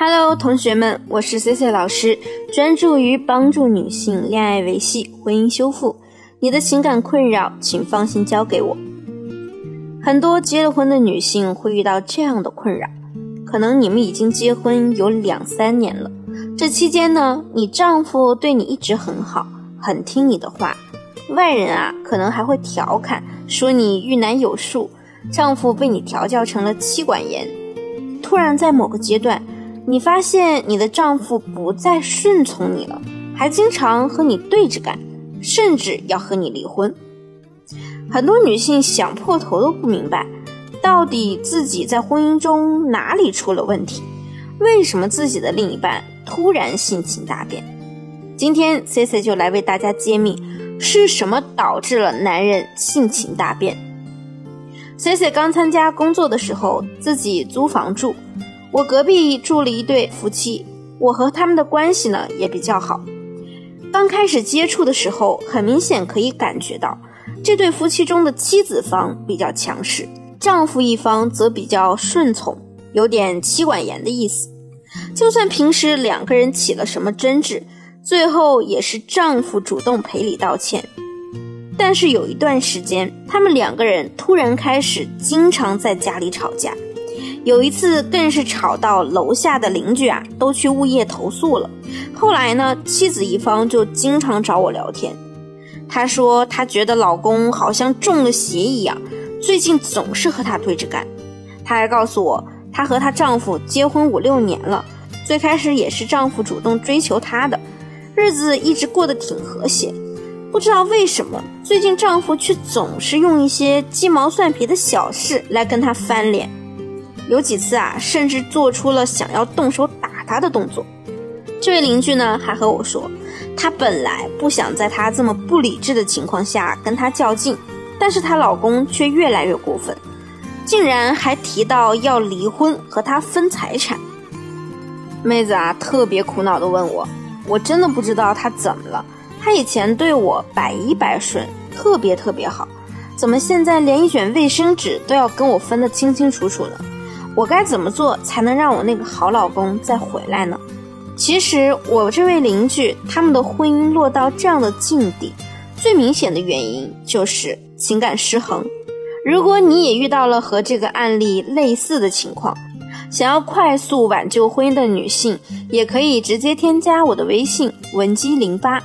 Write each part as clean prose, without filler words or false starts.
Hello， 同学们，我是 CC 老师，专注于帮助女性恋爱维系、婚姻修复。你的情感困扰，请放心交给我。很多结了婚的女性会遇到这样的困扰，可能你们已经结婚有2-3年了，这期间呢，你丈夫对你一直很好，很听你的话，外人可能还会调侃说你育男有术，丈夫被你调教成了妻管严。突然在某个阶段，你发现你的丈夫不再顺从你了，还经常和你对着干，甚至要和你离婚。很多女性想破头都不明白，到底自己在婚姻中哪里出了问题，为什么自己的另一半突然性情大变。今天 CC 就来为大家揭秘，是什么导致了男人性情大变。CC 刚参加工作的时候，自己租房住，我隔壁住了一对夫妻，我和他们的关系呢也比较好。刚开始接触的时候，很明显可以感觉到这对夫妻中的妻子方比较强势，丈夫一方则比较顺从，有点妻管严的意思。就算平时两个人起了什么争执，最后也是丈夫主动赔礼道歉。但是有一段时间，他们两个人突然开始经常在家里吵架，有一次更是吵到楼下的邻居都去物业投诉了。后来呢，妻子一方就经常找我聊天，她说她觉得老公好像中了邪一样，最近总是和她对着干。她还告诉我，她和她丈夫结婚5-6年了，最开始也是丈夫主动追求她的，日子一直过得挺和谐。不知道为什么，最近丈夫却总是用一些鸡毛蒜皮的小事来跟她翻脸，有几次甚至做出了想要动手打她的动作。这位邻居呢，还和我说，她本来不想在她这么不理智的情况下跟她较劲，但是她老公却越来越过分，竟然还提到要离婚和她分财产。妹子特别苦恼地问我真的不知道她怎么了，她以前对我百依百顺，特别好，怎么现在连一卷卫生纸都要跟我分得清清楚楚呢？我该怎么做才能让我那个好老公再回来呢？其实我这位邻居他们的婚姻落到这样的境地，最明显的原因就是情感失衡。如果你也遇到了和这个案例类似的情况，想要快速挽救婚姻的女性，也可以直接添加我的微信文姬08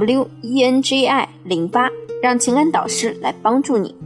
WENJI 08，让情感导师来帮助你。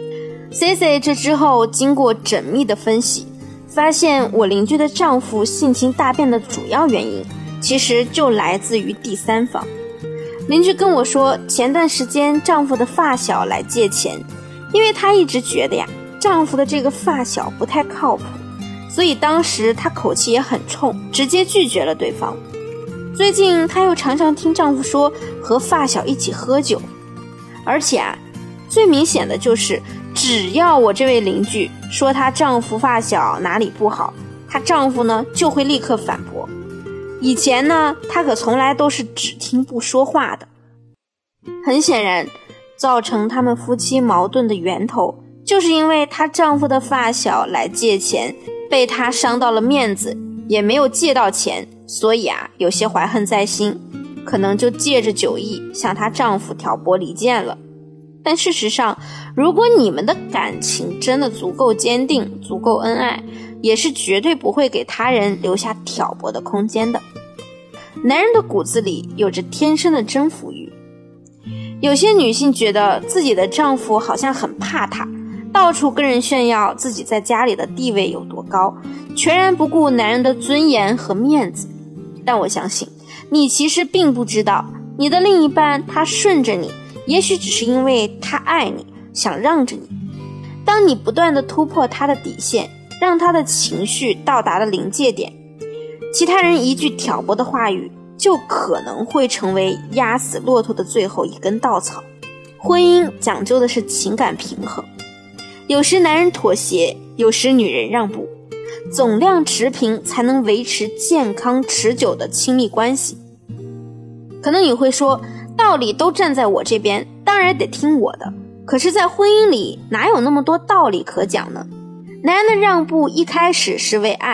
CC 这之后经过缜密的分析，发现我邻居的丈夫性情大变的主要原因其实就来自于第三方。邻居跟我说，前段时间丈夫的发小来借钱，因为她一直觉得丈夫的这个发小不太靠谱，所以当时她口气也很冲，直接拒绝了对方。最近她又常常听丈夫说和发小一起喝酒，而且最明显的就是只要我这位邻居说她丈夫发小哪里不好，她丈夫呢就会立刻反驳。以前呢，她可从来都是只听不说话的。很显然，造成他们夫妻矛盾的源头，就是因为她丈夫的发小来借钱，被她伤到了面子，也没有借到钱，所以有些怀恨在心，可能就借着酒意向她丈夫挑拨离间了。但事实上，如果你们的感情真的足够坚定，足够恩爱，也是绝对不会给他人留下挑拨的空间的。男人的骨子里有着天生的征服欲，有些女性觉得自己的丈夫好像很怕她，到处跟人炫耀自己在家里的地位有多高，全然不顾男人的尊严和面子。但我相信，你其实并不知道，你的另一半他顺着你，也许只是因为他爱你，想让着你。当你不断地突破他的底线，让他的情绪到达了临界点，其他人一句挑拨的话语就可能会成为压死骆驼的最后一根稻草。婚姻讲究的是情感平衡，有时男人妥协，有时女人让步，总量持平才能维持健康持久的亲密关系。可能你会说，道理都站在我这边，当然得听我的。可是在婚姻里哪有那么多道理可讲呢？男人的让步一开始是为爱，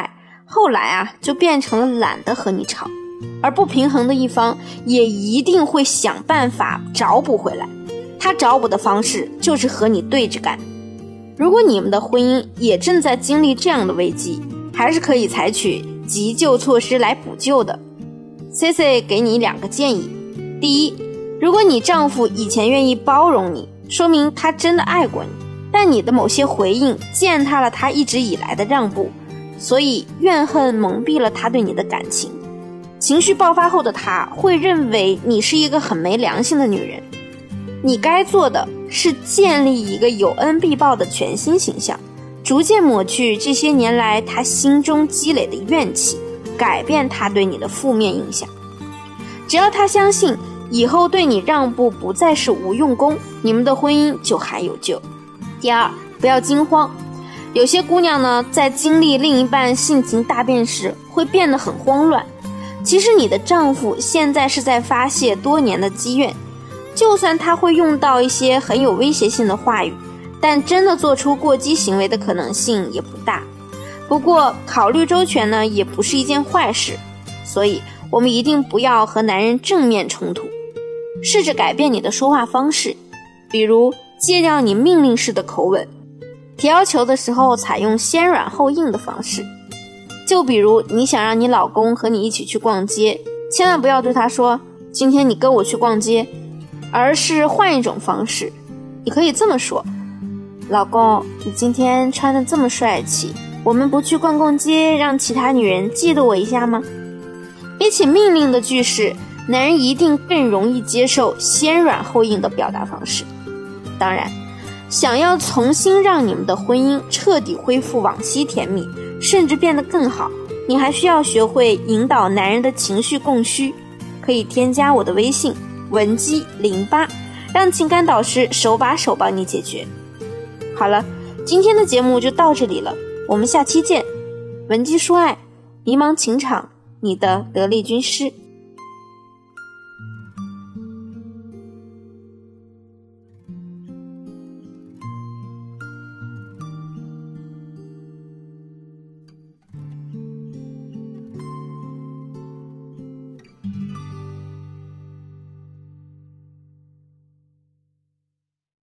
后来就变成了懒得和你吵，而不平衡的一方也一定会想办法找补回来。他找补的方式就是和你对着干。如果你们的婚姻也正在经历这样的危机，还是可以采取急救措施来补救的。CC 给你2个建议。第一，如果你丈夫以前愿意包容你，说明他真的爱过你，但你的某些回应践踏了他一直以来的让步，所以怨恨蒙蔽了他对你的感情。情绪爆发后的他会认为你是一个很没良心的女人。你该做的是建立一个有恩必报的全新形象，逐渐抹去这些年来他心中积累的怨气，改变他对你的负面印象。只要他相信以后对你让步不再是无用功，你们的婚姻就还有救。第二，不要惊慌。有些姑娘呢，在经历另一半性情大变时会变得很慌乱。其实你的丈夫现在是在发泄多年的积怨，就算他会用到一些很有威胁性的话语，但真的做出过激行为的可能性也不大。不过考虑周全呢，也不是一件坏事，所以我们一定不要和男人正面冲突。试着改变你的说话方式，比如戒掉你命令式的口吻，提要求的时候采用先软后硬的方式。就比如你想让你老公和你一起去逛街，千万不要对他说今天你跟我去逛街，而是换一种方式。你可以这么说，老公，你今天穿得这么帅气，我们不去逛逛街，让其他女人嫉妒我一下吗？比起命令的句式，男人一定更容易接受先软后硬的表达方式。当然，想要重新让你们的婚姻彻底恢复往昔甜蜜，甚至变得更好，你还需要学会引导男人的情绪供需。可以添加我的微信文姬08，让情感导师手把手帮你解决。好了，今天的节目就到这里了，我们下期见。文姬说爱，迷茫情场，你的得力军师。